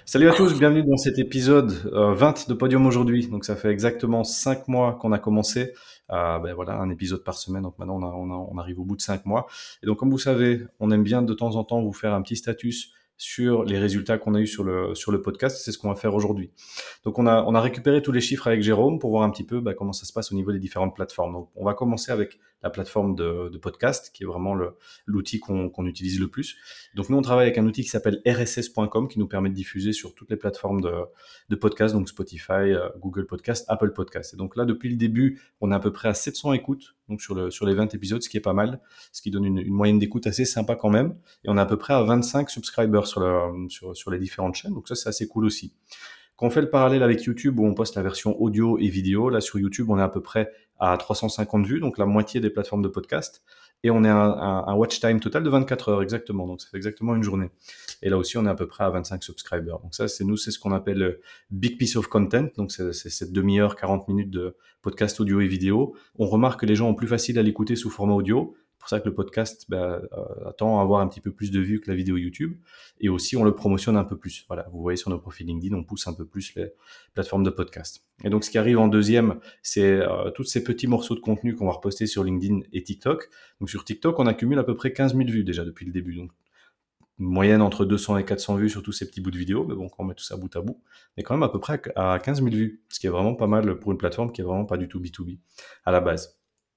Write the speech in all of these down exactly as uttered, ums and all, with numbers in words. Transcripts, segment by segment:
Salut à tous, bienvenue dans cet épisode euh, vingt de Podium aujourd'hui. Donc ça fait exactement cinq mois qu'on a commencé. Euh, ben voilà, un épisode par semaine. Donc maintenant on, a- on, a- on arrive au bout de cinq mois. Et donc comme vous savez, on aime bien de temps en temps vous faire un petit status sur les résultats qu'on a eu sur le sur le podcast. C'est ce qu'on va faire aujourd'hui. Donc on a on a récupéré tous les chiffres avec Jérôme pour voir un petit peu bah, comment ça se passe au niveau des différentes plateformes. Donc on va commencer avec la plateforme de, de podcast, qui est vraiment le- l'outil qu'on qu'on utilise le plus. Donc nous, on travaille avec un outil qui s'appelle R S S point com qui nous permet de diffuser sur toutes les plateformes de, de podcast, donc Spotify, euh, Google Podcast, Apple Podcast. Et donc là, depuis le début, on est à peu près à sept cents écoutes donc sur, le, sur les vingt épisodes, ce qui est pas mal, ce qui donne une, une moyenne d'écoute assez sympa quand même. Et on est à peu près à vingt-cinq subscribers sur, le, sur, sur les différentes chaînes, donc ça, c'est assez cool aussi. Quand on fait le parallèle avec YouTube, où on poste la version audio et vidéo, là sur YouTube, on est à peu près à trois cent cinquante vues, donc la moitié des plateformes de podcast. Et on est à un, un, un watch time total de vingt-quatre heures exactement, donc ça fait exactement une journée. Et là aussi, on est à peu près à vingt-cinq subscribers. Donc ça, c'est nous, c'est ce qu'on appelle le big piece of content. Donc c'est c'est cette demi-heure, quarante minutes de podcast audio et vidéo. On remarque que les gens ont plus facile à l'écouter sous format audio. C'est pour ça que le podcast bah, euh, tend à avoir un petit peu plus de vues que la vidéo YouTube. Et aussi, on le promotionne un peu plus. Voilà, vous voyez sur nos profils LinkedIn, on pousse un peu plus les plateformes de podcast. Et donc, ce qui arrive en deuxième, c'est euh, tous ces petits morceaux de contenu qu'on va reposter sur LinkedIn et TikTok. Donc, sur TikTok, on accumule à peu près quinze mille vues déjà depuis le début. Donc, une moyenne entre deux cents et quatre cents vues sur tous ces petits bouts de vidéos. Mais bon, quand on met tout ça bout à bout, on est quand même à peu près à quinze mille vues, ce qui est vraiment pas mal pour une plateforme qui est vraiment pas du tout B deux B à la base.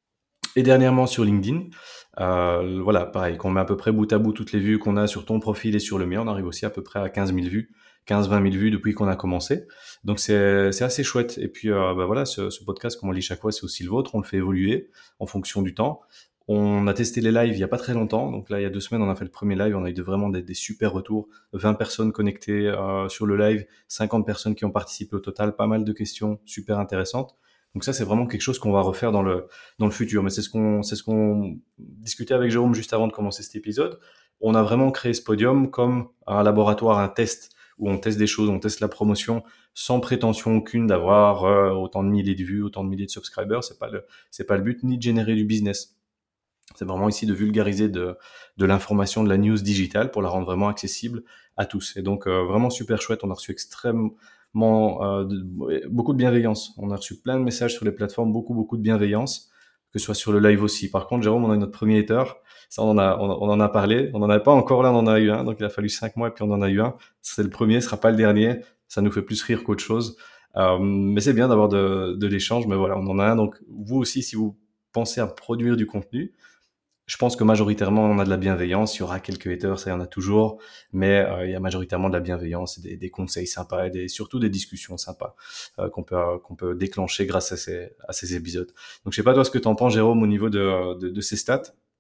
Et dernièrement sur LinkedIn, euh, voilà, pareil, qu'on met à peu près bout à bout toutes les vues qu'on a sur ton profil et sur le mien, on arrive aussi à peu près à quinze mille vues, quinze vingt mille vues depuis qu'on a commencé. Donc c'est c'est assez chouette. Et puis euh, bah voilà, ce, ce podcast, comme on le dit chaque fois, c'est aussi le vôtre. On le fait évoluer en fonction du temps. On a testé les lives il y a pas très longtemps. Donc là, il y a deux semaines, on a fait le premier live. On a eu de, vraiment des, des super retours. vingt personnes connectées euh, sur le live, cinquante personnes qui ont participé au total, pas mal de questions super intéressantes. Donc ça, c'est vraiment quelque chose qu'on va refaire dans le dans le futur. Mais c'est ce qu'on c'est ce qu'on discutait avec Jérôme juste avant de commencer cet épisode. On a vraiment créé ce podium comme un laboratoire, un test où on teste des choses, on teste la promotion sans prétention aucune d'avoir euh, autant de milliers de vues, autant de milliers de subscribers. C'est pas le c'est pas le but ni de générer du business. C'est vraiment ici de vulgariser de, de l'information, de la news digitale pour la rendre vraiment accessible à tous. Et donc euh, vraiment super chouette. On a reçu extrêmement euh, de- beaucoup de bienveillance. On a reçu plein de messages sur les plateformes, beaucoup beaucoup de bienveillance, que ce soit sur le live aussi. Par contre, Jérôme, on a eu notre premier hater. Ça, on en a, on, on en a parlé. On n'en avait pas encore là, on en a eu un. Donc il a fallu cinq mois et puis on en a eu un. C'est le premier, ce sera pas le dernier. Ça nous fait plus rire qu'autre chose. Euh, mais c'est bien d'avoir de, de l'échange. Mais voilà, on en a un. Donc vous aussi, si vous pensez à produire du contenu, je pense que majoritairement, on a de la bienveillance. Il y aura quelques haters, ça il y en a toujours, mais euh, il y a majoritairement de la bienveillance, et des, des conseils sympas et des, surtout des discussions sympas euh, qu'on peut euh, qu'on peut déclencher grâce à ces à ces épisodes. Donc je sais pas toi ce que tu en penses, Jérôme, au niveau de de, de ces stats.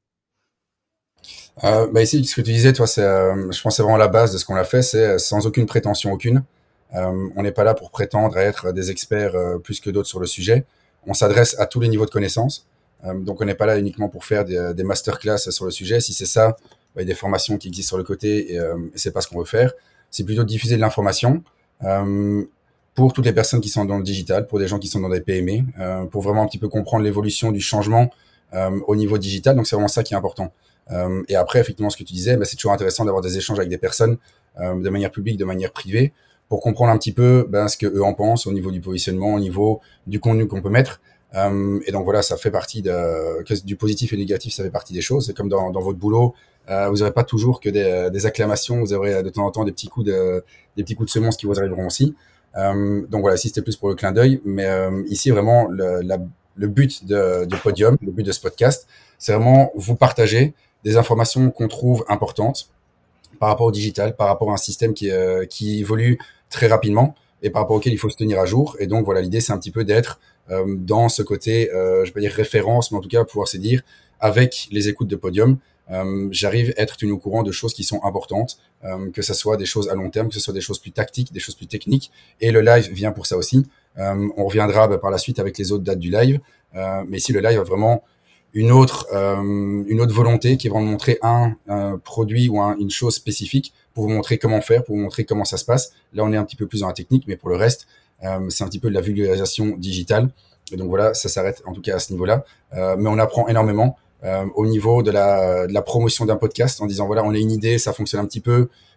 Euh, bah ici, ce que tu disais, toi, c'est, euh, je pense, que c'est vraiment la base de ce qu'on a fait, c'est euh, sans aucune prétention aucune. Euh, on n'est pas là pour prétendre à être des experts euh, plus que d'autres sur le sujet. On s'adresse à tous les niveaux de connaissances. Euh, donc, on n'est pas là uniquement pour faire des, des masterclass sur le sujet. Si c'est ça, bah, il y a des formations qui existent sur le côté et, euh, et c'est pas ce qu'on veut faire. C'est plutôt de diffuser de l'information euh, pour toutes les personnes qui sont dans le digital, pour des gens qui sont dans des P M E, euh, pour vraiment un petit peu comprendre l'évolution du changement euh, au niveau digital. Donc, c'est vraiment ça qui est important. Euh, et après, effectivement, ce que tu disais, bah, c'est toujours intéressant d'avoir des échanges avec des personnes euh, de manière publique, de manière privée, pour comprendre un petit peu ben, ce que eux en pensent au niveau du positionnement, au niveau du contenu qu'on peut mettre. Euh, et donc voilà, ça fait partie de, que du positif et négatif, ça fait partie des choses. C'est comme dans, dans votre boulot, euh, vous n'aurez pas toujours que des, des acclamations, vous aurez de temps en temps des petits coups de, des petits coups de semonce qui vous arriveront aussi. Euh, donc voilà, si c'était plus pour le clin d'œil, mais euh, ici vraiment le, la, le but de, du podium, le but de ce podcast, c'est vraiment vous partager des informations qu'on trouve importantes par rapport au digital, par rapport à un système qui, euh, qui évolue très rapidement et par rapport auquel il faut se tenir à jour. Et donc voilà, l'idée c'est un petit peu d'être euh, dans ce côté, euh, je vais pas dire référence, mais en tout cas pouvoir se dire avec les écoutes de podium, euh, j'arrive à être tenu au courant de choses qui sont importantes, euh, que ce soit des choses à long terme, que ce soit des choses plus tactiques, des choses plus techniques. Et le live vient pour ça aussi. Euh, on reviendra bah, par la suite avec les autres dates du live. Euh, mais ici, le live a vraiment une autre euh, une autre volonté qui est vraiment de montrer un, un produit ou un, une chose spécifique pour vous montrer comment faire, pour vous montrer comment ça se passe. Là, on est un petit peu plus dans la technique, mais pour le reste, euh, c'est un petit peu de la vulgarisation digitale. Et donc voilà, ça s'arrête en tout cas à ce niveau-là. Euh, mais on apprend énormément euh, au niveau de la, de la promotion d'un podcast en disant voilà, on a une idée, ça fonctionne un petit peu.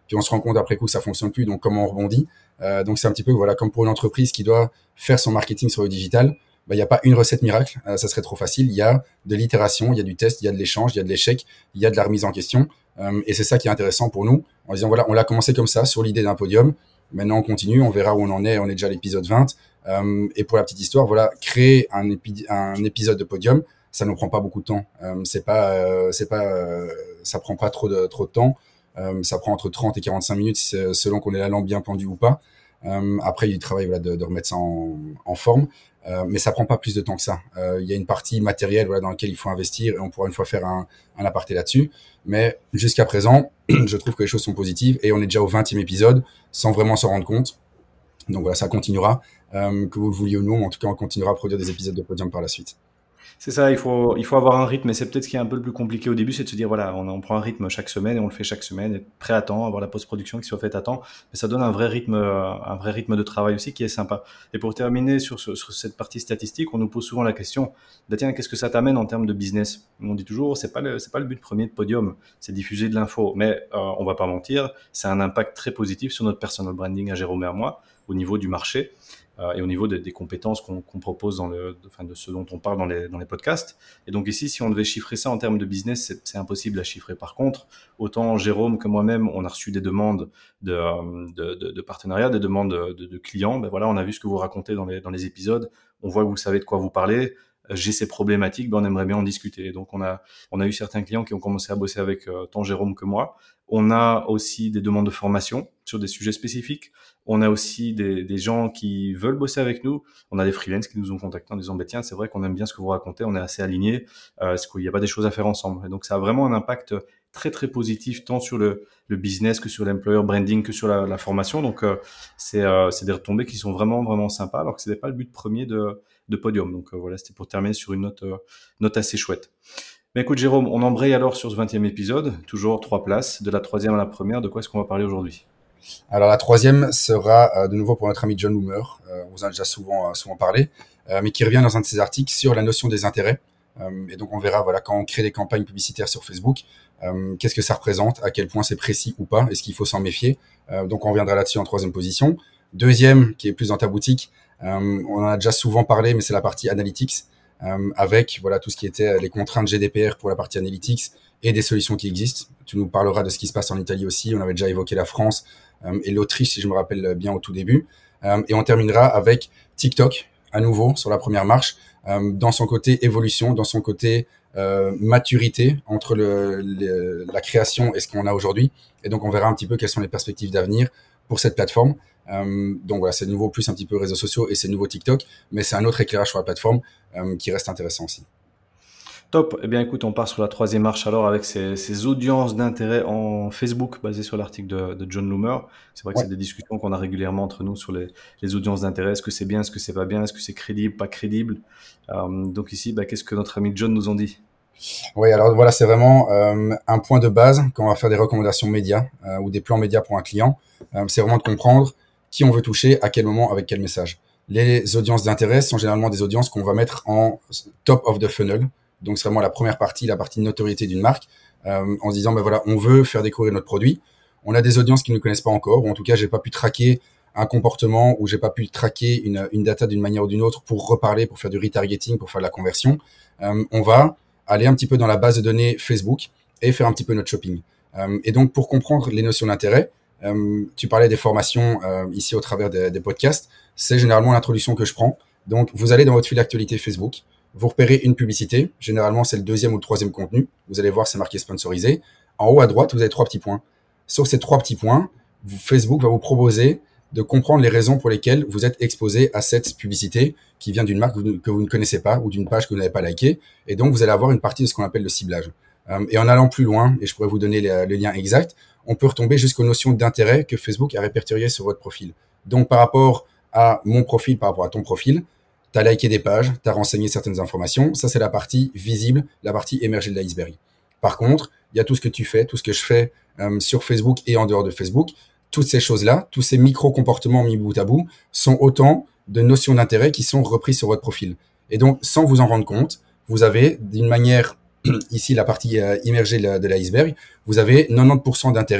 puis on se rend compte après coup que ça fonctionne plus, donc comment on rebondit. Euh, donc c'est un petit peu voilà comme pour une entreprise qui doit faire son marketing sur le digital, il n'y a pas une recette miracle, euh, ça serait trop facile. Il y a de l'itération, il y a du test, il y a de l'échange, il y a de l'échec, il y a de la remise en question. Euh, et c'est ça qui est intéressant pour nous, en disant voilà, on l'a commencé comme ça, sur l'idée d'un podium. Maintenant, on continue, on verra où on en est. On est déjà à l'épisode vingt. Euh, et pour la petite histoire, voilà, créer un, épi- un épisode de podium, ça ne prend pas beaucoup de temps. Euh, c'est pas, euh, c'est pas, euh, ça prend pas trop de, trop de temps. Euh, ça prend entre trente et quarante-cinq minutes selon qu'on ait la lampe bien pendue ou pas. Euh, après, il y a du travail voilà, de, de remettre ça en, en forme. Euh, mais ça prend pas plus de temps que ça. Euh, il y a une partie matérielle voilà, dans laquelle il faut investir et on pourra une fois faire un, un aparté là-dessus. Mais jusqu'à présent, je trouve que les choses sont positives et on est déjà au vingtième épisode sans vraiment s'en rendre compte. Donc voilà, ça continuera, euh, que vous le vouliez ou non, mais en tout cas, on continuera à produire des épisodes de podium par la suite. C'est ça, il faut, il faut avoir un rythme, et c'est peut-être ce qui est un peu le plus compliqué au début, c'est de se dire, voilà, on, on prend un rythme chaque semaine et on le fait chaque semaine, être prêt à temps, avoir la post-production qui soit faite à temps, mais ça donne un vrai rythme, euh, un vrai rythme de travail aussi qui est sympa. Et pour terminer sur, ce- sur cette partie statistique, on nous pose souvent la question, bah tiens, qu'est-ce que ça t'amène en termes de business? On dit toujours, c'est pas le, c'est pas le but premier de Podium, c'est diffuser de l'info, mais euh, on va pas mentir, c'est un impact très positif sur notre personal branding à Jérôme et à moi, au niveau du marché euh, et au niveau des, des compétences qu'on qu'on propose dans le, de, enfin, de ce dont on parle dans les, dans les podcasts. Et donc ici, si on devait chiffrer ça en termes de business, c'est c'est impossible à chiffrer. Par contre, autant Jérôme que moi-même, on a reçu des demandes de, euh, de, de, de partenariat, des demandes de, de, de clients. Ben voilà, on a vu ce que vous racontez dans les, dans les épisodes. On voit que vous savez de quoi vous parlez. Euh, J'ai ces problématiques, ben on aimerait bien en discuter. Et donc on a, on a eu certains clients qui ont commencé à bosser avec euh, tant Jérôme que moi. On a aussi des demandes de formation sur des sujets spécifiques. On a aussi des, des gens qui veulent bosser avec nous. On a des freelances qui nous ont contactés en disant bah, tiens, c'est vrai qu'on aime bien ce que vous racontez, on est assez alignés, euh, est-ce qu'il n'y a pas des choses à faire ensemble? Et donc ça a vraiment un impact très très positif tant sur le, le business que sur l'employer branding que sur la, la formation. Donc euh, c'est euh, c'est des retombées qui sont vraiment vraiment sympas alors que ce n'est pas le but premier de, de Podium. Donc euh, voilà, c'était pour terminer sur une note, euh, note assez chouette. Mais écoute Jérôme, on embraye alors sur ce vingtième épisode, toujours trois places, de la troisième à la première. De quoi est-ce qu'on va parler aujourd'hui? Alors la troisième sera euh, de nouveau pour notre ami John Loomer, euh, on vous en a déjà souvent, euh, souvent parlé, euh, mais qui revient dans un de ses articles sur la notion des intérêts. Euh, et donc on verra, voilà, quand on crée des campagnes publicitaires sur Facebook, euh, qu'est-ce que ça représente, à quel point c'est précis ou pas, est-ce qu'il faut s'en méfier. Euh, donc on reviendra là-dessus en troisième position. Deuxième, qui est plus dans ta boutique, euh, on en a déjà souvent parlé, mais c'est la partie analytics, euh, avec voilà tout ce qui était les contraintes G D P R pour la partie analytics et des solutions qui existent. Tu nous parleras de ce qui se passe en Italie aussi, on avait déjà évoqué la France, euh, et l'Autriche, si je me rappelle bien au tout début. Euh, et on terminera avec TikTok, à nouveau, sur la première marche, euh, dans son côté évolution, dans son côté euh, maturité entre le, le, la création et ce qu'on a aujourd'hui. Et donc, on verra un petit peu quelles sont les perspectives d'avenir pour cette plateforme. Euh, donc voilà, c'est de nouveau plus un petit peu réseaux sociaux et c'est de nouveau TikTok, mais c'est un autre éclairage sur la plateforme euh, qui reste intéressant aussi. Top. Eh bien, écoute, on part sur la troisième marche alors avec ces, ces audiences d'intérêt en Facebook basées sur l'article de, de John Loomer. C'est vrai que Ouais. c'est des discussions qu'on a régulièrement entre nous sur les, les audiences d'intérêt. Est-ce que c'est bien, est-ce que c'est pas bien, est-ce que c'est crédible, pas crédible? Euh, donc ici, bah, qu'est-ce que notre ami John nous en dit? Oui, alors voilà, c'est vraiment euh, un point de base quand on va faire des recommandations médias euh, ou des plans médias pour un client. Euh, c'est vraiment de comprendre qui on veut toucher, à quel moment, avec quel message. Les audiences d'intérêt sont généralement des audiences qu'on va mettre en top of the funnel. Donc c'est vraiment la première partie, la partie de notoriété d'une marque, euh, en se disant, ben voilà, on veut faire découvrir notre produit. On a des audiences qui ne nous connaissent pas encore, ou en tout cas, j'ai pas pu traquer un comportement, ou j'ai pas pu traquer une, une data d'une manière ou d'une autre pour reparler, pour faire du retargeting, pour faire de la conversion. Euh, on va aller un petit peu dans la base de données Facebook et faire un petit peu notre shopping. Euh, et donc, pour comprendre les notions d'intérêt, euh, tu parlais des formations euh, ici au travers des, des podcasts, c'est généralement l'introduction que je prends. Donc, vous allez dans votre fil d'actualité Facebook, vous repérez une publicité, généralement c'est le deuxième ou le troisième contenu, vous allez voir c'est marqué sponsorisé. En haut à droite, vous avez trois petits points. Sur ces trois petits points, Facebook va vous proposer de comprendre les raisons pour lesquelles vous êtes exposé à cette publicité qui vient d'une marque que vous ne connaissez pas ou d'une page que vous n'avez pas likée. Et donc, vous allez avoir une partie de ce qu'on appelle le ciblage. Euh, et en allant plus loin, et je pourrais vous donner le, le lien exact, on peut retomber jusqu'aux notions d'intérêt que Facebook a répertoriées sur votre profil. Donc, par rapport à mon profil, par rapport à ton profil, tu as liké des pages, tu as renseigné certaines informations. Ça, c'est la partie visible, la partie émergée de l'iceberg. Par contre, il y a tout ce que tu fais, tout ce que je fais euh, sur Facebook et en dehors de Facebook. Toutes ces choses-là, tous ces micro-comportements mis bout à bout, sont autant de notions d'intérêt qui sont reprises sur votre profil. Et donc, sans vous en rendre compte, vous avez, d'une manière, ici la partie euh, immergée de l'iceberg, vous avez quatre-vingt-dix pour cent d'intérêt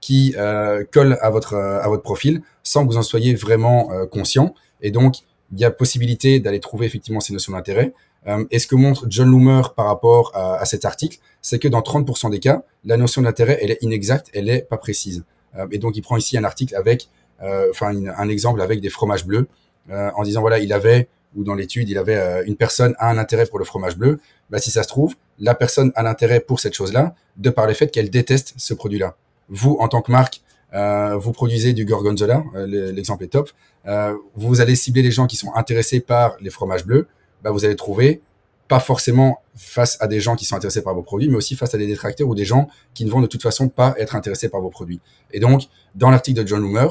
qui euh, collent à votre, à votre profil sans que vous en soyez vraiment euh, conscient. Et donc, il y a possibilité d'aller trouver effectivement ces notions d'intérêt. Euh, et ce que montre John Loomer par rapport à, à cet article, c'est que dans trente pour cent des cas, la notion d'intérêt, elle est inexacte, elle est pas précise. Euh, et donc, il prend ici un article avec, euh, enfin, une, un exemple avec des fromages bleus, euh, en disant, voilà, il avait, ou dans l'étude, il avait euh, une personne a un intérêt pour le fromage bleu. Bah, si ça se trouve, la personne a l'intérêt pour cette chose-là, de par le fait qu'elle déteste ce produit-là. Vous, en tant que marque, euh, vous produisez du gorgonzola, euh, l'exemple est top. Euh, vous allez cibler les gens qui sont intéressés par les fromages bleus. Bah, vous allez trouver pas forcément face à des gens qui sont intéressés par vos produits, mais aussi face à des détracteurs ou des gens qui ne vont de toute façon pas être intéressés par vos produits. Et donc, dans l'article de John Loomer,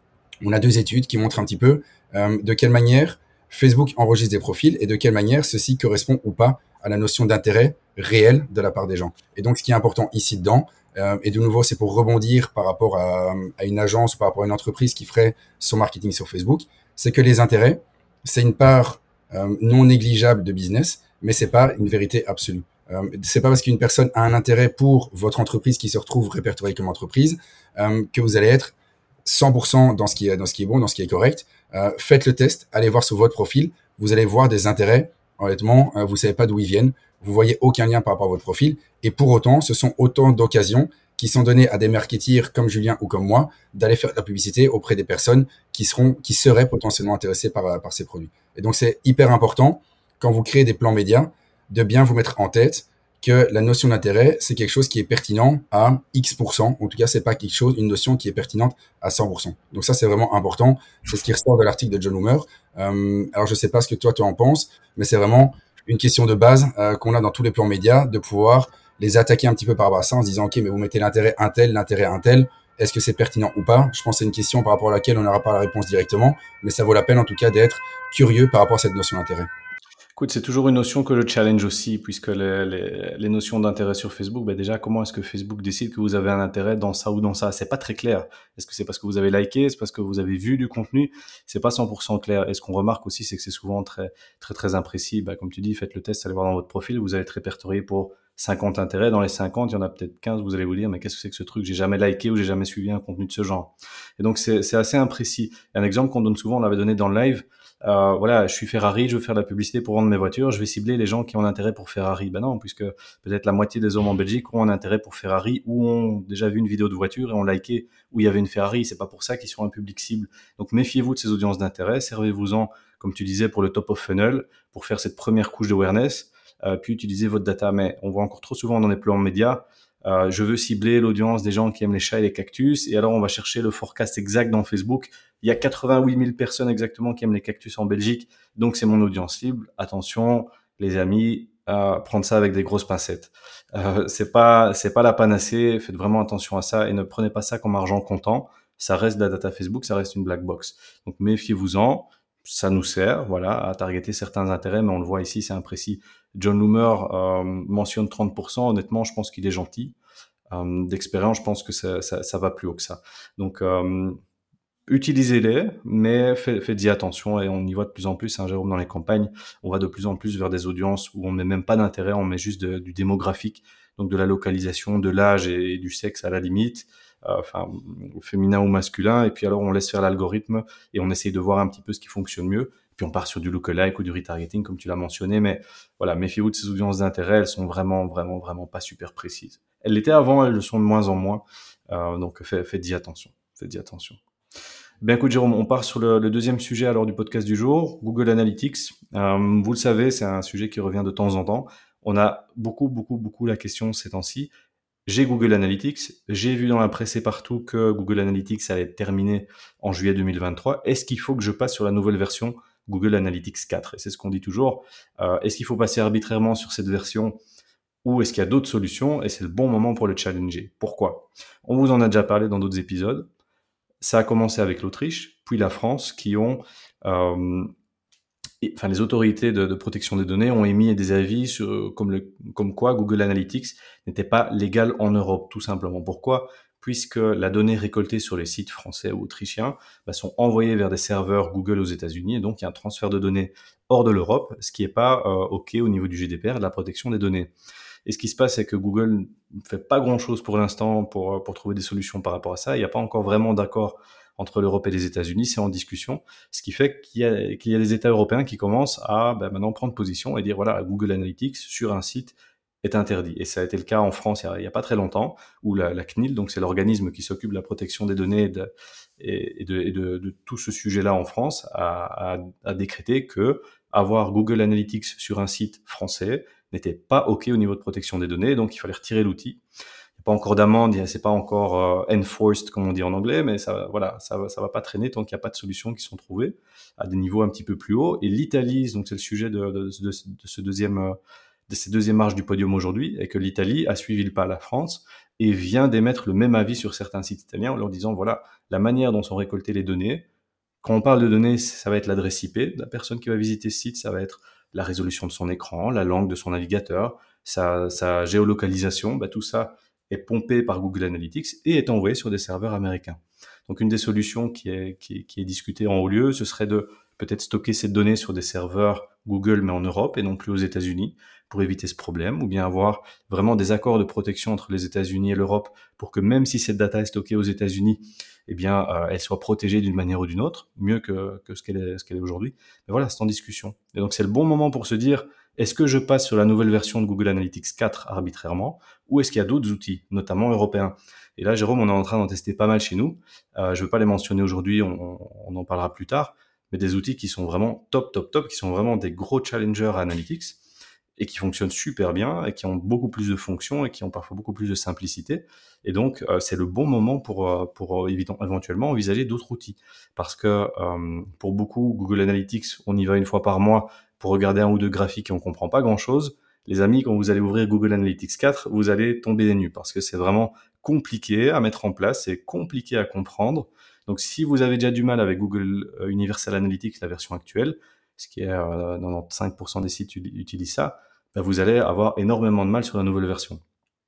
on a deux études qui montrent un petit peu euh, de quelle manière Facebook enregistre des profils et de quelle manière ceci correspond ou pas à la notion d'intérêt réel de la part des gens. Et donc, ce qui est important ici dedans, euh, et de nouveau, c'est pour rebondir par rapport à, à une agence ou par rapport à une entreprise qui ferait son marketing sur Facebook, c'est que les intérêts, c'est une part euh, non négligeable de business, mais c'est pas une vérité absolue. Euh, c'est pas parce qu'une personne a un intérêt pour votre entreprise qui se retrouve répertoriée comme entreprise euh, que vous allez être cent pour cent dans ce qui est, dans ce qui est bon, dans ce qui est correct. Euh, faites le test, allez voir sur votre profil, vous allez voir des intérêts. Honnêtement, euh, vous savez pas d'où ils viennent, vous voyez aucun lien par rapport à votre profil, et pour autant, ce sont autant d'occasions qui sont données à des marketeers comme Julien ou comme moi d'aller faire de la publicité auprès des personnes qui seront, qui seraient potentiellement intéressées par, par ces produits. Et donc, c'est hyper important quand vous créez des plans médias de bien vous mettre en tête que la notion d'intérêt, c'est quelque chose qui est pertinent à X pour cent. En tout cas, c'est pas quelque chose, une notion qui est pertinente à cent pour cent. Donc ça, c'est vraiment important. C'est ce qui ressort de l'article de John Loomer. Euh, alors, je sais pas ce que toi, tu en penses, mais c'est vraiment une question de base euh, qu'on a dans tous les plans médias, de pouvoir les attaquer un petit peu par rapport à ça en se disant, OK, mais vous mettez l'intérêt un tel, l'intérêt un tel. Est-ce que c'est pertinent ou pas? Je pense que c'est une question par rapport à laquelle on n'aura pas la réponse directement, mais ça vaut la peine en tout cas d'être curieux par rapport à cette notion d'intérêt. Écoute, c'est toujours une notion que je challenge aussi, puisque les, les, les notions d'intérêt sur Facebook, ben déjà, comment est-ce que Facebook décide que vous avez un intérêt dans ça ou dans ça? C'est pas très clair. Est-ce que c'est parce que vous avez liké? C'est parce que vous avez vu du contenu? C'est pas cent pour cent clair. Et ce qu'on remarque aussi, c'est que c'est souvent très, très, très imprécis. Ben, comme tu dis, faites le test, allez voir dans votre profil, vous allez être répertorié pour cinquante intérêts. Dans les cinquante, il y en a peut-être quinze, vous allez vous dire, mais qu'est-ce que c'est que ce truc? J'ai jamais liké ou j'ai jamais suivi un contenu de ce genre. Et donc, c'est, c'est assez imprécis. Un exemple qu'on donne souvent, on l'avait donné dans le live. Euh, voilà, je suis Ferrari, je veux faire de la publicité pour vendre mes voitures, je vais cibler les gens qui ont un intérêt pour Ferrari. Ben non, puisque peut-être la moitié des hommes en Belgique ont un intérêt pour Ferrari ou ont déjà vu une vidéo de voiture et ont liké où il y avait une Ferrari. C'est pas pour ça qu'ils sont un public cible. Donc méfiez-vous de ces audiences d'intérêt, servez-vous-en, comme tu disais, pour le top of funnel, pour faire cette première couche d'awareness, euh, puis utilisez votre data. Mais on voit encore trop souvent dans les plans médias, Euh, je veux cibler l'audience des gens qui aiment les chats et les cactus, et alors on va chercher le forecast exact dans Facebook. Il y a quatre-vingt-huit mille personnes exactement qui aiment les cactus en Belgique, donc c'est mon audience cible. Attention, les amis, à prendre ça avec des grosses pincettes. Euh, c'est pas, c'est pas la panacée. Faites vraiment attention à ça et ne prenez pas ça comme argent comptant. Ça reste de la data Facebook, ça reste une black box. Donc méfiez-vous-en. Ça nous sert, voilà, à targeter certains intérêts, mais on le voit ici, c'est imprécis. John Loomer euh, mentionne trente pour cent. Honnêtement, je pense qu'il est gentil. Euh, d'expérience, je pense que ça, ça, ça va plus haut que ça. Donc, euh, utilisez-les, mais fait, faites-y attention et on y voit de plus en plus, hein, Jérôme, dans les campagnes, on va de plus en plus vers des audiences où on met même pas d'intérêt, on met juste de, du démographique, donc de la localisation, de l'âge et, et du sexe à la limite, euh, enfin, féminin ou masculin, et puis alors on laisse faire l'algorithme et on essaye de voir un petit peu ce qui fonctionne mieux, puis on part sur du lookalike ou du retargeting, comme tu l'as mentionné, mais voilà, méfiez-vous de ces audiences d'intérêt, elles sont vraiment, vraiment, vraiment pas super précises. Elles l'étaient avant, elles le sont de moins en moins, euh, donc fait, faites-y attention, faites-y attention. Ben écoute Jérôme, on part sur le, le deuxième sujet alors du podcast du jour, Google Analytics. Euh, vous le savez, c'est un sujet qui revient de temps en temps. On a beaucoup, beaucoup, beaucoup la question ces temps-ci. J'ai Google Analytics, j'ai vu dans la presse et partout que Google Analytics allait être terminé en juillet deux mille vingt-trois. Est-ce qu'il faut que je passe sur la nouvelle version Google Analytics quatre? Et c'est ce qu'on dit toujours. Euh, est-ce qu'il faut passer arbitrairement sur cette version ou est-ce qu'il y a d'autres solutions? Et c'est le bon moment pour le challenger. Pourquoi? On vous en a déjà parlé dans d'autres épisodes. Ça a commencé avec l'Autriche, puis la France, qui ont, euh, et, enfin, les autorités de, de protection des données ont émis des avis sur, comme, le, comme quoi Google Analytics n'était pas légal en Europe, tout simplement. Pourquoi? Puisque la donnée récoltée sur les sites français ou autrichiens bah, sont envoyées vers des serveurs Google aux États-Unis, et donc il y a un transfert de données hors de l'Europe, ce qui n'est pas euh, OK au niveau du G D P R, de la protection des données. Et ce qui se passe, c'est que Google ne fait pas grand-chose pour l'instant pour, pour trouver des solutions par rapport à ça. Il n'y a pas encore vraiment d'accord entre l'Europe et les États-Unis, c'est en discussion, ce qui fait qu'il y a, qu'il y a des États européens qui commencent à ben, maintenant prendre position et dire voilà, Google Analytics sur un site est interdit. Et ça a été le cas en France il n'y a, a pas très longtemps, où la, la C N I L, donc c'est l'organisme qui s'occupe de la protection des données et de, et de, et de, de tout ce sujet-là en France, a, a, a décrété que avoir Google Analytics sur un site français n'était pas OK au niveau de protection des données, donc il fallait retirer l'outil. Il n'y a pas encore d'amende, c'est pas encore euh, enforced comme on dit en anglais, mais ça, voilà, ça, ça va pas traîner tant qu'il n'y a pas de solutions qui sont trouvées à des niveaux un petit peu plus hauts. Et l'Italie, donc c'est le sujet de, de, de, de ce deuxième, de ces deuxième marche du podium aujourd'hui, et que l'Italie a suivi le pas à la France et vient d'émettre le même avis sur certains sites italiens en leur disant voilà la manière dont sont récoltées les données. Quand on parle de données, ça va être l'adresse I P de la personne qui va visiter ce site, ça va être la résolution de son écran, la langue de son navigateur, sa, sa géolocalisation, bah, tout ça est pompé par Google Analytics et est envoyé sur des serveurs américains. Donc une des solutions qui est, qui est, qui est discutée en haut lieu, ce serait de peut-être stocker ces données sur des serveurs Google mais en Europe et non plus aux États-Unis pour éviter ce problème, ou bien avoir vraiment des accords de protection entre les États-Unis et l'Europe pour que même si cette data est stockée aux États-Unis, eh bien, euh, elle soit protégée d'une manière ou d'une autre, mieux que, que ce qu'elle est, ce qu'elle est aujourd'hui. Mais voilà, c'est en discussion. Et donc c'est le bon moment pour se dire, est-ce que je passe sur la nouvelle version de Google Analytics quatre arbitrairement, ou est-ce qu'il y a d'autres outils, notamment européens? Et là, Jérôme, on est en train d'en tester pas mal chez nous. Euh, je ne veux pas les mentionner aujourd'hui, on, on en parlera plus tard, mais des outils qui sont vraiment top, top, top, qui sont vraiment des gros challengers à Analytics, et qui fonctionnent super bien, et qui ont beaucoup plus de fonctions, et qui ont parfois beaucoup plus de simplicité. Et donc, euh, c'est le bon moment pour, euh, pour euh, éventuellement envisager d'autres outils. Parce que euh, pour beaucoup, Google Analytics, on y va une fois par mois pour regarder un ou deux graphiques et on comprend pas grand-chose. Les amis, quand vous allez ouvrir Google Analytics quatre, vous allez tomber des nues parce que c'est vraiment compliqué à mettre en place, c'est compliqué à comprendre. Donc, si vous avez déjà du mal avec Google Universal Analytics, la version actuelle, ce qui est euh, quatre-vingt-quinze pour cent des sites utilisent ça, ben vous allez avoir énormément de mal sur la nouvelle version.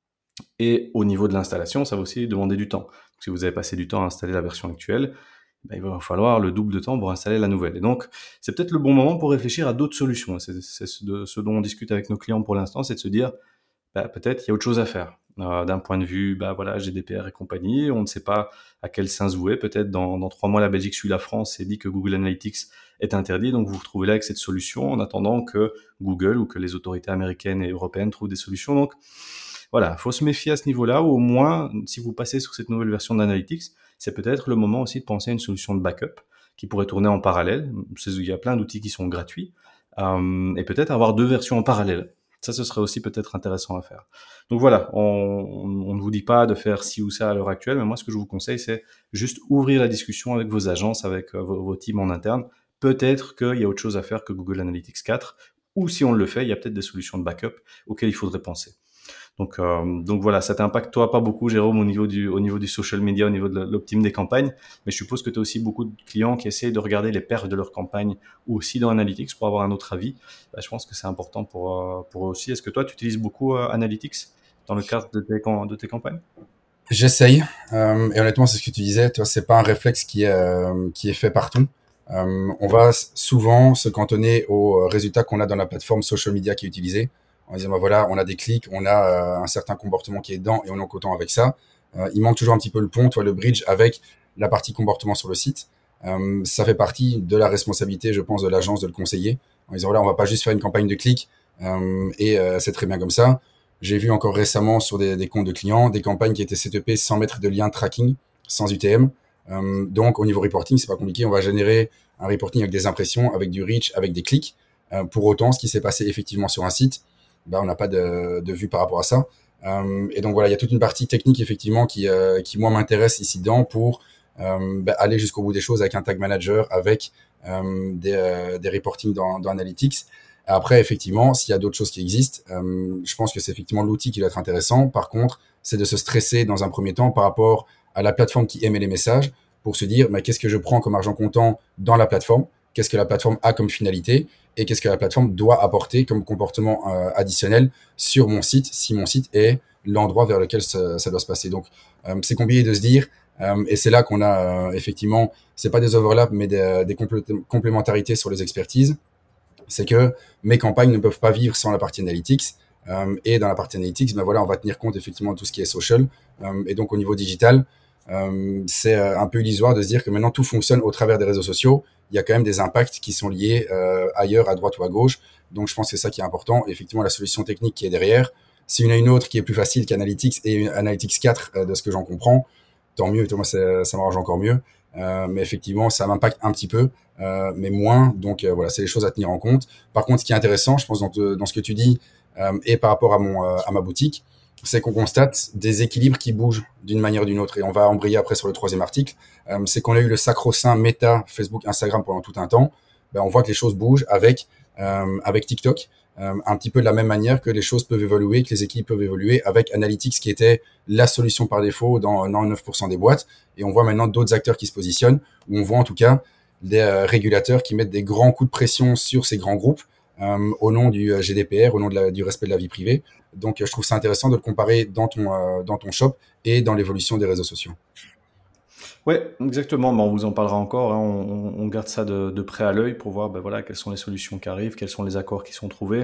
Et au niveau de l'installation, ça va aussi demander du temps. Donc, si vous avez passé du temps à installer la version actuelle, ben, il va falloir le double de temps pour installer la nouvelle. Et donc, c'est peut-être le bon moment pour réfléchir à d'autres solutions. C'est, c'est ce, ce dont on discute avec nos clients pour l'instant, c'est de se dire, ben, peut-être il y a autre chose à faire. Euh, d'un point de vue, ben, voilà, G D P R et compagnie, on ne sait pas à quel sein se vouer. Peut-être dans, dans trois mois, la Belgique suit la France et dit que Google Analytics est interdit. Donc, vous vous retrouvez là avec cette solution en attendant que Google ou que les autorités américaines et européennes trouvent des solutions. Donc, voilà, faut se méfier à ce niveau-là, ou au moins, si vous passez sur cette nouvelle version d'Analytics, c'est peut-être le moment aussi de penser à une solution de backup qui pourrait tourner en parallèle. Il y a plein d'outils qui sont gratuits, euh, et peut-être avoir deux versions en parallèle. Ça, ce serait aussi peut-être intéressant à faire. Donc voilà, on, on, on ne vous dit pas de faire ci ou ça à l'heure actuelle, mais moi, ce que je vous conseille, c'est juste ouvrir la discussion avec vos agences, avec euh, vos, vos teams en interne. Peut-être qu'il y a autre chose à faire que Google Analytics quatre, ou si on le fait, il y a peut-être des solutions de backup auxquelles il faudrait penser. Donc, euh, donc voilà, ça t'impacte toi pas beaucoup, Jérôme, au niveau du, au niveau du social media, au niveau de l'optime des campagnes. Mais je suppose que tu as aussi beaucoup de clients qui essayent de regarder les perfs de leur campagne ou aussi dans Analytics pour avoir un autre avis. Bah, je pense que c'est important pour, euh, pour eux aussi. Est-ce que toi, tu utilises beaucoup euh, Analytics dans le cadre de tes, de tes campagnes? J'essaye. Euh, et honnêtement, c'est ce que tu disais. Toi, c'est pas un réflexe qui est, euh, qui est fait partout. Euh, on va souvent se cantonner aux résultats qu'on a dans la plateforme social media qui est utilisée. En disant, bah voilà, on a des clics, on a euh, un certain comportement qui est dedans et on est content avec ça. Euh, il manque toujours un petit peu le pont, toi, le bridge avec la partie comportement sur le site. Euh, ça fait partie de la responsabilité, je pense, de l'agence de le conseiller. En disant, voilà, on va pas juste faire une campagne de clics euh, et euh, c'est très bien comme ça. J'ai vu encore récemment sur des, des comptes de clients des campagnes qui étaient setupées sans mettre de lien tracking, sans U T M. Euh, donc, au niveau reporting, c'est pas compliqué. On va générer un reporting avec des impressions, avec du reach, avec des clics. Euh, pour autant, ce qui s'est passé effectivement sur un site, ben, on n'a pas de, de vue par rapport à ça. Euh, et donc voilà, il y a toute une partie technique effectivement qui, euh, qui moi m'intéresse ici dedans pour euh, ben, aller jusqu'au bout des choses avec un tag manager, avec euh, des, euh, des reporting dans, dans Analytics. Après, effectivement, s'il y a d'autres choses qui existent, euh, je pense que c'est effectivement l'outil qui doit être intéressant. Par contre, c'est de se stresser dans un premier temps par rapport à la plateforme qui émet les messages pour se dire, mais qu'est-ce que je prends comme argent comptant dans la plateforme? Qu'est-ce que la plateforme a comme finalité? Et qu'est-ce que la plateforme doit apporter comme comportement euh, additionnel sur mon site, si mon site est l'endroit vers lequel ça, ça doit se passer. Donc, euh, c'est compliqué de se dire, euh, et c'est là qu'on a euh, effectivement, c'est pas des overlaps, mais des, des complé- complémentarités sur les expertises. C'est que mes campagnes ne peuvent pas vivre sans la partie analytics. Euh, et dans la partie analytics, ben voilà, on va tenir compte effectivement de tout ce qui est social. Euh, et donc au niveau digital, euh, c'est un peu illusoire de se dire que maintenant tout fonctionne au travers des réseaux sociaux. Il y a quand même des impacts qui sont liés euh, ailleurs, à droite ou à gauche. Donc je pense que c'est ça qui est important. Et effectivement, la solution technique qui est derrière, s'il y en a une autre qui est plus facile qu'Analytics et Analytics quatre, euh, de ce que j'en comprends, tant mieux. Moi, ça, ça m'arrange encore mieux. Euh, mais effectivement, ça m'impacte un petit peu, euh, mais moins. Donc euh, voilà, c'est les choses à tenir en compte. Par contre, ce qui est intéressant, je pense, dans, te, dans ce que tu dis, euh, et par rapport à, mon, euh, à ma boutique, c'est qu'on constate des équilibres qui bougent d'une manière ou d'une autre. Et on va embrayer après sur le troisième article. Euh, c'est qu'on a eu le sacro-saint méta Facebook, Instagram pendant tout un temps. Ben, on voit que les choses bougent avec, euh, avec TikTok. Euh, un petit peu de la même manière que les choses peuvent évoluer, que les équipes peuvent évoluer avec Analytics qui était la solution par défaut dans quatre-vingt-dix-neuf pour cent des boîtes. Et on voit maintenant d'autres acteurs qui se positionnent, où on voit en tout cas des euh, régulateurs qui mettent des grands coups de pression sur ces grands groupes euh, au nom du G D P R, au nom de la, du respect de la vie privée. Donc, je trouve ça intéressant de le comparer dans ton, euh, dans ton shop et dans l'évolution des réseaux sociaux. Ouais, exactement. Ben, on vous en parlera encore, hein. On, on garde ça de, de près à l'œil pour voir ben, voilà, quelles sont les solutions qui arrivent, quels sont les accords qui sont trouvés.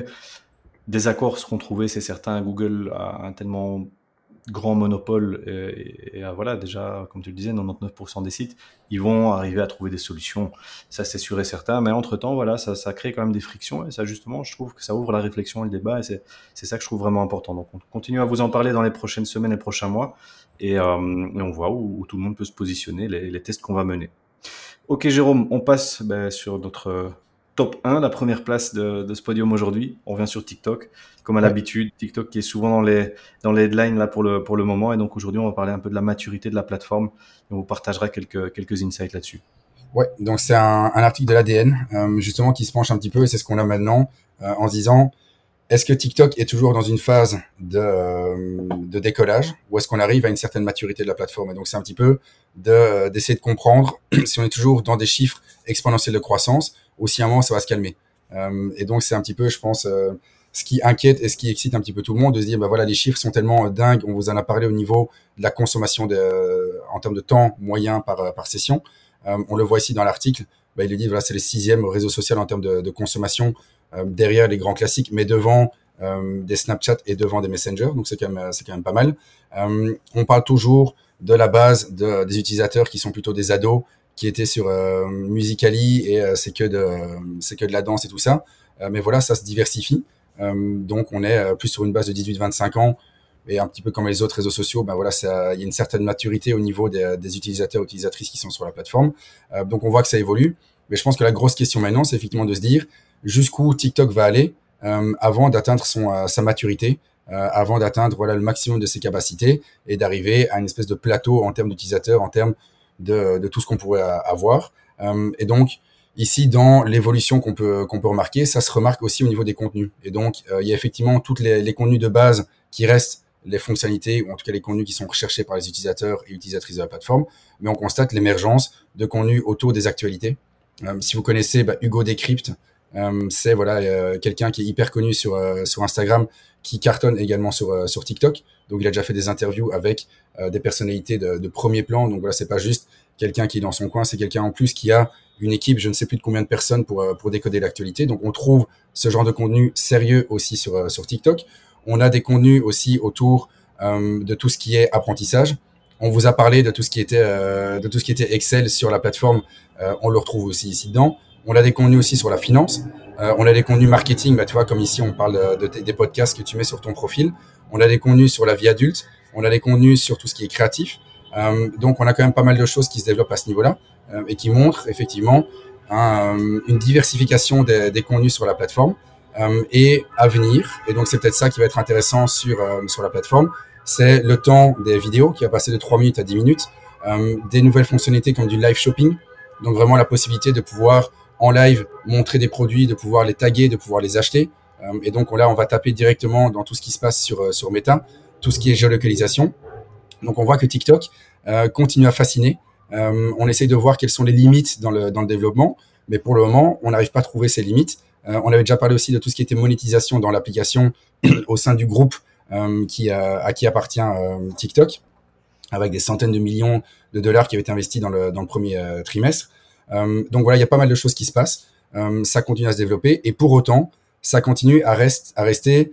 Des accords seront trouvés, c'est certain. Google a un tellement grand monopole et, et, et voilà, déjà, comme tu le disais, quatre-vingt-dix-neuf pour cent des sites, ils vont arriver à trouver des solutions. Ça, c'est sûr et certain. Mais entre-temps, voilà, ça, ça crée quand même des frictions. Et ça, justement, je trouve que ça ouvre la réflexion et le débat. Et c'est, c'est ça que je trouve vraiment important. Donc, on continue à vous en parler dans les prochaines semaines et prochains mois. Et, euh, et on voit où, où tout le monde peut se positionner, les, les tests qu'on va mener. Ok, Jérôme, on passe ben, sur notre top un, la première place de, de ce podium aujourd'hui. On revient sur TikTok, comme à Ouais. l'habitude. TikTok qui est souvent dans les, dans les headlines là, pour, le, pour le moment. Et donc aujourd'hui, on va parler un peu de la maturité de la plateforme. Et on vous partagera quelques, quelques insights là-dessus. Ouais, donc c'est un, un article de l'A D N, euh, justement, qui se penche un petit peu, et c'est ce qu'on a maintenant, euh, en se disant, est-ce que TikTok est toujours dans une phase de, euh, de décollage, ou est-ce qu'on arrive à une certaine maturité de la plateforme? Et donc, c'est un petit peu de, d'essayer de comprendre si on est toujours dans des chiffres exponentiels de croissance, ou si à un moment, ça va se calmer. Euh, et donc, c'est un petit peu, je pense, euh, ce qui inquiète et ce qui excite un petit peu tout le monde, de se dire, bah voilà, les chiffres sont tellement dingues, on vous en a parlé au niveau de la consommation de, en termes de temps moyen par, par session. Euh, on le voit ici dans l'article, bah, il le dit, voilà, c'est le sixième réseau social en termes de, de consommation, euh, derrière les grands classiques, mais devant euh, des Snapchat et devant des Messenger. Donc, c'est quand même, c'est quand même pas mal. Euh, on parle toujours de la base de, des utilisateurs qui sont plutôt des ados, qui étaient sur euh, Musical.ly et euh, c'est que de, c'est que de la danse et tout ça. Euh, mais voilà, ça se diversifie. Euh, donc, on est plus sur une base de dix-huit vingt-cinq ans. Et un petit peu comme les autres réseaux sociaux, ben voilà, ça, il y a une certaine maturité au niveau des, des utilisateurs, utilisatrices qui sont sur la plateforme. Euh, donc, on voit que ça évolue. Mais je pense que la grosse question maintenant, c'est effectivement de se dire jusqu'où TikTok va aller euh, avant d'atteindre son, euh, sa maturité, euh, avant d'atteindre voilà, le maximum de ses capacités et d'arriver à une espèce de plateau en termes d'utilisateurs, en termes de, de tout ce qu'on pourrait avoir. Euh, et donc, ici, dans l'évolution qu'on peut, qu'on peut remarquer, ça se remarque aussi au niveau des contenus. Et donc, euh, il y a effectivement tous les, les contenus de base qui restent les fonctionnalités, ou en tout cas les contenus qui sont recherchés par les utilisateurs et utilisatrices de la plateforme, mais on constate l'émergence de contenus autour des actualités. Euh, si vous connaissez bah, Hugo Décrypte, euh, c'est voilà euh, quelqu'un qui est hyper connu sur euh, sur Instagram, qui cartonne également sur euh, sur TikTok. Donc il a déjà fait des interviews avec euh, des personnalités de, de premier plan. Donc voilà, c'est pas juste quelqu'un qui est dans son coin, c'est quelqu'un en plus qui a une équipe, je ne sais plus de combien de personnes pour euh, pour décoder l'actualité. Donc on trouve ce genre de contenu sérieux aussi sur euh, sur TikTok. On a des contenus aussi autour euh, de tout ce qui est apprentissage. On vous a parlé de tout ce qui était euh, de tout ce qui était Excel sur la plateforme. Euh, on le retrouve aussi ici dedans. On a des contenus aussi sur la finance. Euh, on a des contenus marketing. Bah, tu vois, comme ici, on parle de, de, des podcasts que tu mets sur ton profil. On a des contenus sur la vie adulte. On a des contenus sur tout ce qui est créatif. Euh, donc, on a quand même pas mal de choses qui se développent à ce niveau-là euh, et qui montrent effectivement un, une diversification des, des contenus sur la plateforme. Euh, et à venir, et donc c'est peut-être ça qui va être intéressant sur, euh, sur la plateforme, c'est le temps des vidéos qui va passer de trois minutes à dix minutes, euh, des nouvelles fonctionnalités comme du live shopping, donc vraiment la possibilité de pouvoir en live montrer des produits, de pouvoir les taguer, de pouvoir les acheter, euh, et donc là on va taper directement dans tout ce qui se passe sur, sur Meta, tout ce qui est géolocalisation. Donc on voit que TikTok euh, continue à fasciner, euh, on essaye de voir quelles sont les limites dans le, dans le développement, mais pour le moment on n'arrive pas à trouver ces limites. Euh, on avait déjà parlé aussi de tout ce qui était monétisation dans l'application au sein du groupe euh, qui, euh, à qui appartient euh, TikTok, avec des centaines de millions de dollars qui avaient été investis dans le, dans le premier euh, trimestre. Euh, donc voilà, il y a pas mal de choses qui se passent. Euh, ça continue à se développer et pour autant, ça continue à, reste, à rester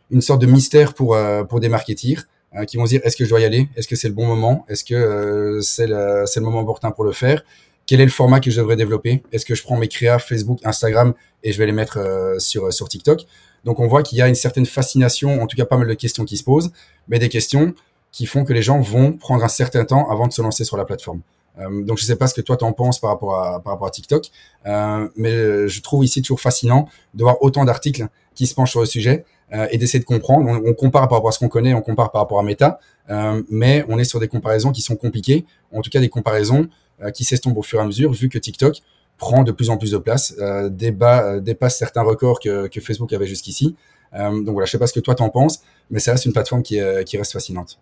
une sorte de mystère pour, euh, pour des marketeers euh, qui vont se dire est-ce que je dois y aller? Est-ce que c'est le bon moment? Est-ce que euh, c'est le, c'est le moment opportun pour le faire? Quel est le format que je devrais développer? Est-ce que je prends mes créas Facebook, Instagram et je vais les mettre euh, sur, sur TikTok? Donc on voit qu'il y a une certaine fascination, en tout cas pas mal de questions qui se posent, mais des questions qui font que les gens vont prendre un certain temps avant de se lancer sur la plateforme. Euh, donc je sais pas ce que toi t'en penses par rapport à, par rapport à TikTok, euh, mais je trouve ici toujours fascinant de voir autant d'articles qui se penchent sur le sujet euh, et d'essayer de comprendre. On, on compare par rapport à ce qu'on connaît, on compare par rapport à Meta, euh, mais on est sur des comparaisons qui sont compliquées, en tout cas des comparaisons euh, qui s'estompent au fur et à mesure, vu que TikTok prend de plus en plus de place, euh, débat, euh, dépasse certains records que, que Facebook avait jusqu'ici. Euh, donc voilà, je sais pas ce que toi t'en penses, mais ça reste une plateforme qui, est, qui reste fascinante.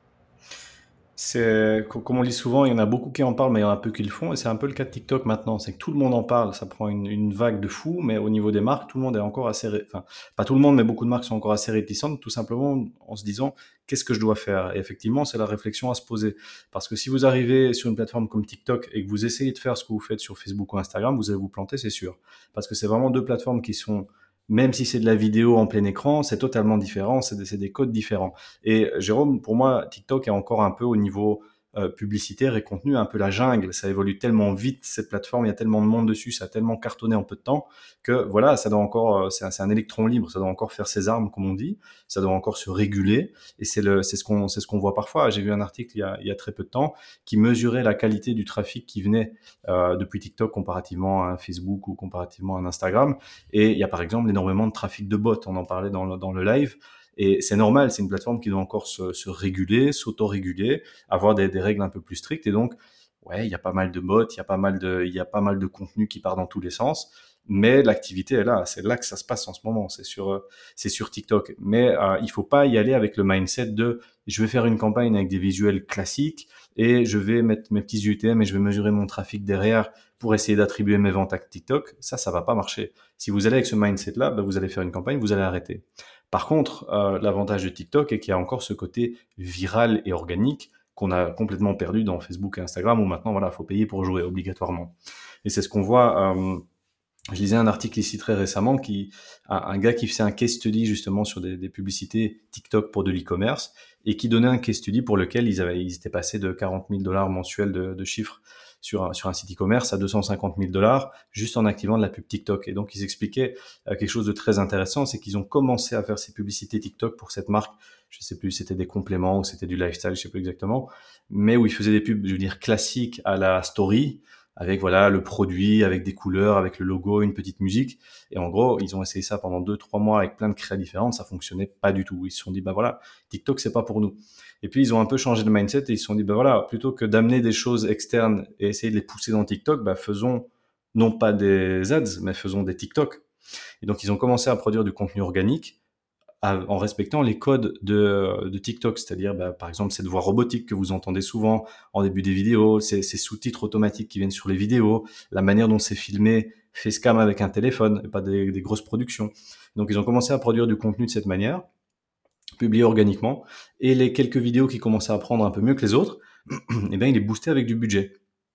C'est, co- comme on le dit souvent, il y en a beaucoup qui en parlent, mais il y en a peu qui le font. Et c'est un peu le cas de TikTok maintenant. C'est que tout le monde en parle. Ça prend une, une vague de fous, mais au niveau des marques, tout le monde est encore assez, ré- enfin, pas tout le monde, mais beaucoup de marques sont encore assez réticentes, tout simplement en se disant, qu'est-ce que je dois faire? Et effectivement, c'est la réflexion à se poser. Parce que si vous arrivez sur une plateforme comme TikTok et que vous essayez de faire ce que vous faites sur Facebook ou Instagram, vous allez vous planter, c'est sûr. Parce que c'est vraiment deux plateformes qui sont, même si c'est de la vidéo en plein écran, c'est totalement différent, c'est des, c'est des codes différents. Et Jérôme, pour moi, TikTok est encore un peu au niveau euh, publicitaire et contenu, un peu la jungle. Ça évolue tellement vite, cette plateforme, il y a tellement de monde dessus, ça a tellement cartonné en peu de temps que voilà, ça doit encore, euh, c'est un, c'est un électron libre, ça doit encore faire ses armes, comme on dit, ça doit encore se réguler. Et c'est le, c'est ce qu'on, c'est ce qu'on voit parfois. J'ai vu un article il y a, il y a très peu de temps qui mesurait la qualité du trafic qui venait euh, depuis TikTok comparativement à un Facebook ou comparativement à un Instagram. Et il y a par exemple énormément de trafic de bots. On en parlait dans le, dans le live. Et c'est normal, c'est une plateforme qui doit encore se, se réguler, s'auto-réguler, avoir des, des règles un peu plus strictes. Et donc, ouais, il y a pas mal de bots, il y a pas mal de, il y a pas mal de contenu qui part dans tous les sens. Mais l'activité est là, c'est là que ça se passe en ce moment, c'est sur, euh, c'est sur TikTok. Mais euh, il faut pas y aller avec le mindset de je vais faire une campagne avec des visuels classiques et je vais mettre mes petits U T M et je vais mesurer mon trafic derrière pour essayer d'attribuer mes ventes à TikTok. Ça, ça va pas marcher. Si vous allez avec ce mindset-là, ben, vous allez faire une campagne, vous allez arrêter. Par contre, euh, l'avantage de TikTok est qu'il y a encore ce côté viral et organique qu'on a complètement perdu dans Facebook et Instagram où maintenant, voilà, faut payer pour jouer obligatoirement. Et c'est ce qu'on voit. Euh, je lisais un article ici très récemment qui un, un gars qui faisait un case study justement sur des, des publicités TikTok pour de l'e-commerce et qui donnait un case study pour lequel ils avaient ils étaient passés de quarante mille dollars mensuels de, de chiffres sur un, sur un site e-commerce à deux cent cinquante mille dollars juste en activant de la pub TikTok. Et donc ils expliquaient euh, quelque chose de très intéressant, c'est qu'ils ont commencé à faire ces publicités TikTok pour cette marque. Je sais plus, si c'était des compléments ou c'était du lifestyle, je sais plus exactement, mais où ils faisaient des pubs, je veux dire classiques à la story avec voilà le produit, avec des couleurs, avec le logo, une petite musique. Et en gros, ils ont essayé ça pendant deux, trois mois avec plein de créas différentes, ça fonctionnait pas du tout. Ils se sont dit bah voilà, TikTok c'est pas pour nous. Et puis ils ont un peu changé de mindset et ils se sont dit bah voilà, plutôt que d'amener des choses externes et essayer de les pousser dans TikTok, bah faisons non pas des ads, mais faisons des TikTok. Et donc ils ont commencé à produire du contenu organique à- en respectant les codes de, de TikTok, c'est-à-dire bah, par exemple cette voix robotique que vous entendez souvent en début des vidéos, ces, ces sous-titres automatiques qui viennent sur les vidéos, la manière dont c'est filmé, facecam avec un téléphone, et pas des, des grosses productions. Donc ils ont commencé à produire du contenu de cette manière, publié organiquement, et les quelques vidéos qui commençaient à prendre un peu mieux que les autres, eh bien il est boosté avec du budget.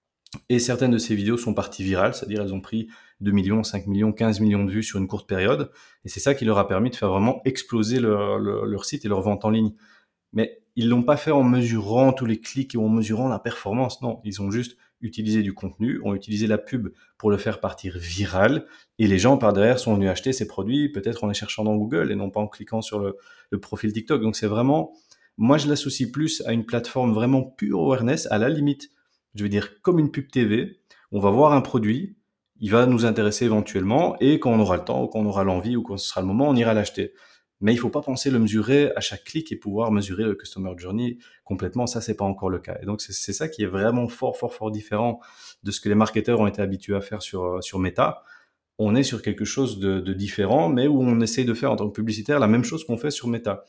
Et certaines de ces vidéos sont parties virales, c'est-à-dire elles ont pris deux millions, cinq millions, quinze millions de vues sur une courte période. Et c'est ça qui leur a permis de faire vraiment exploser leur, leur, leur site et leur vente en ligne. Mais ils l'ont pas fait en mesurant tous les clics et en mesurant la performance. Non, ils ont juste utilisé du contenu, ont utilisé la pub pour le faire partir viral. Et les gens par derrière sont venus acheter ces produits, peut-être en les cherchant dans Google et non pas en cliquant sur le, le profil TikTok. Donc c'est vraiment, moi je l'associe plus à une plateforme vraiment pure awareness, à la limite, je veux dire comme une pub T V. On va voir un produit, il va nous intéresser éventuellement et quand on aura le temps ou quand on aura l'envie ou quand ce sera le moment, on ira l'acheter. Mais il faut pas penser le mesurer à chaque clic et pouvoir mesurer le customer journey complètement. Ça, c'est pas encore le cas. Et donc, c'est c'est ça qui est vraiment fort, fort, fort différent de ce que les marketeurs ont été habitués à faire sur, euh, sur Meta. On est sur quelque chose de, de différent, mais où on essaye de faire en tant que publicitaire la même chose qu'on fait sur Meta.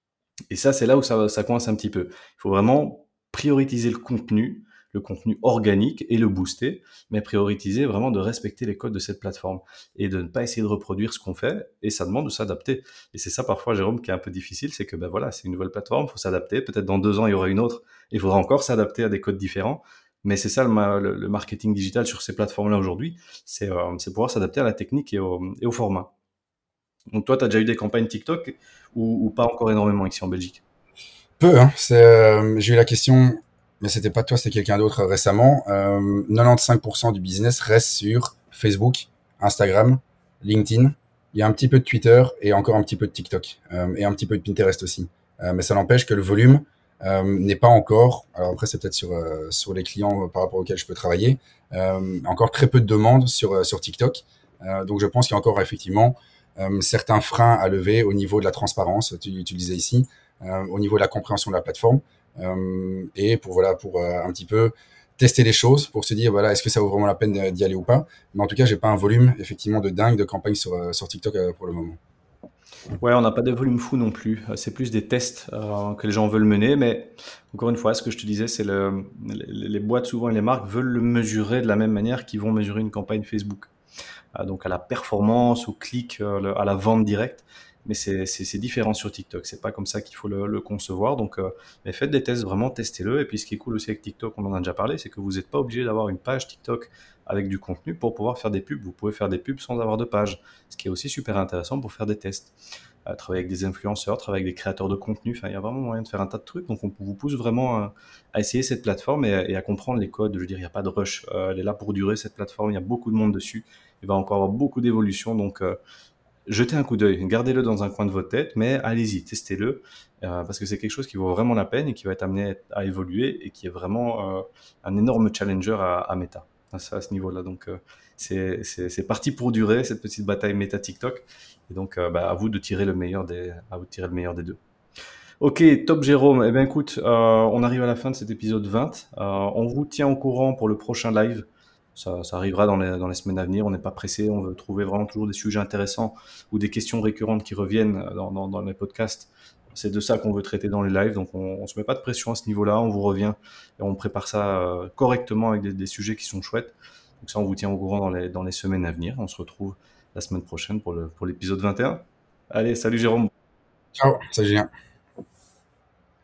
Et ça, c'est là où ça, ça coince un petit peu. Il faut vraiment prioriser le contenu, le contenu organique et le booster, mais prioriser vraiment de respecter les codes de cette plateforme et de ne pas essayer de reproduire ce qu'on fait. Et ça demande de s'adapter. Et c'est ça parfois, Jérôme, qui est un peu difficile, c'est que ben voilà, c'est une nouvelle plateforme, il faut s'adapter. Peut-être dans deux ans, il y aura une autre, il faudra encore s'adapter à des codes différents. Mais c'est ça le, le, le marketing digital sur ces plateformes-là aujourd'hui, c'est euh, c'est pouvoir s'adapter à la technique et au, et au format. Donc toi, tu as déjà eu des campagnes TikTok ou, ou pas encore énormément ici en Belgique? Peu, hein. C'est, euh, j'ai eu la question, mais c'était pas toi, c'était quelqu'un d'autre euh, récemment. Euh, quatre-vingt-quinze pour cent du business reste sur Facebook, Instagram, LinkedIn. Il y a un petit peu de Twitter et encore un petit peu de TikTok euh, et un petit peu de Pinterest aussi. Euh, mais ça n'empêche que le volume euh, n'est pas encore. Alors après, c'est peut-être sur euh, sur les clients euh, par rapport auxquels je peux travailler. Euh, encore très peu de demandes sur euh, sur TikTok. Euh, donc je pense qu'il y a encore effectivement euh, certains freins à lever au niveau de la transparence. Tu, tu le disais ici euh, au niveau de la compréhension de la plateforme euh, et pour voilà pour euh, un petit peu tester les choses pour se dire voilà est-ce que ça vaut vraiment la peine d'y aller ou pas. Mais en tout cas, j'ai pas un volume effectivement de dingue de campagne sur euh, sur TikTok euh, pour le moment. Ouais, on n'a pas des volumes fous non plus. Euh, C'est plus des tests euh, que les gens veulent mener. Mais encore une fois, ce que je te disais, c'est le, les, les boîtes souvent et les marques veulent le mesurer de la même manière qu'ils vont mesurer une campagne Facebook. Euh, donc à la performance, au clic, euh, le- à la vente directe. Mais c'est c'est- c'est différent sur TikTok. C'est pas comme ça qu'il faut le, le concevoir. Donc, euh, mais faites des tests, vraiment testez-le. Et puis, ce qui est cool aussi avec TikTok, on en a déjà parlé, c'est que vous n'êtes pas obligé d'avoir une page TikTok avec du contenu pour pouvoir faire des pubs. Vous pouvez faire des pubs sans avoir de page, ce qui est aussi super intéressant pour faire des tests. Euh, travailler avec des influenceurs, travailler avec des créateurs de contenu. Enfin, il y a vraiment moyen de faire un tas de trucs. Donc, on vous pousse vraiment à, à essayer cette plateforme et, à- et à comprendre les codes. Je veux dire, il n'y a pas de rush. Euh, elle est là pour durer, cette plateforme. Il y a beaucoup de monde dessus. Il va encore avoir beaucoup d'évolution. Donc, euh, jetez un coup d'œil, gardez-le dans un coin de votre tête, mais allez-y, testez-le, euh, parce que c'est quelque chose qui vaut vraiment la peine et qui va être amené à évoluer et qui est vraiment euh, un énorme challenger à, à Meta, à, ce à ce niveau-là. Donc, euh, c'est c'est- c'est parti pour durer, cette petite bataille Meta TikTok. Et donc, euh, bah, à vous de tirer le meilleur des, à vous de tirer le meilleur des deux. Ok, top Jérôme. Eh bien, écoute, euh, on arrive à la fin de cet épisode vingt. Euh, on vous tient au courant pour le prochain live. Ça, ça arrivera dans les, dans les semaines à venir. On n'est pas pressé. On veut trouver vraiment toujours des sujets intéressants ou des questions récurrentes qui reviennent dans, dans, dans les podcasts. C'est de ça qu'on veut traiter dans les lives. Donc, on ne se met pas de pression à ce niveau-là. On vous revient et on prépare ça euh, correctement avec des, des sujets qui sont chouettes. Donc, ça, on vous tient au courant dans les, dans les semaines à venir. On se retrouve la semaine prochaine pour le, pour l'épisode vingt et un. Allez, salut Jérôme. Ciao, c'est Julien.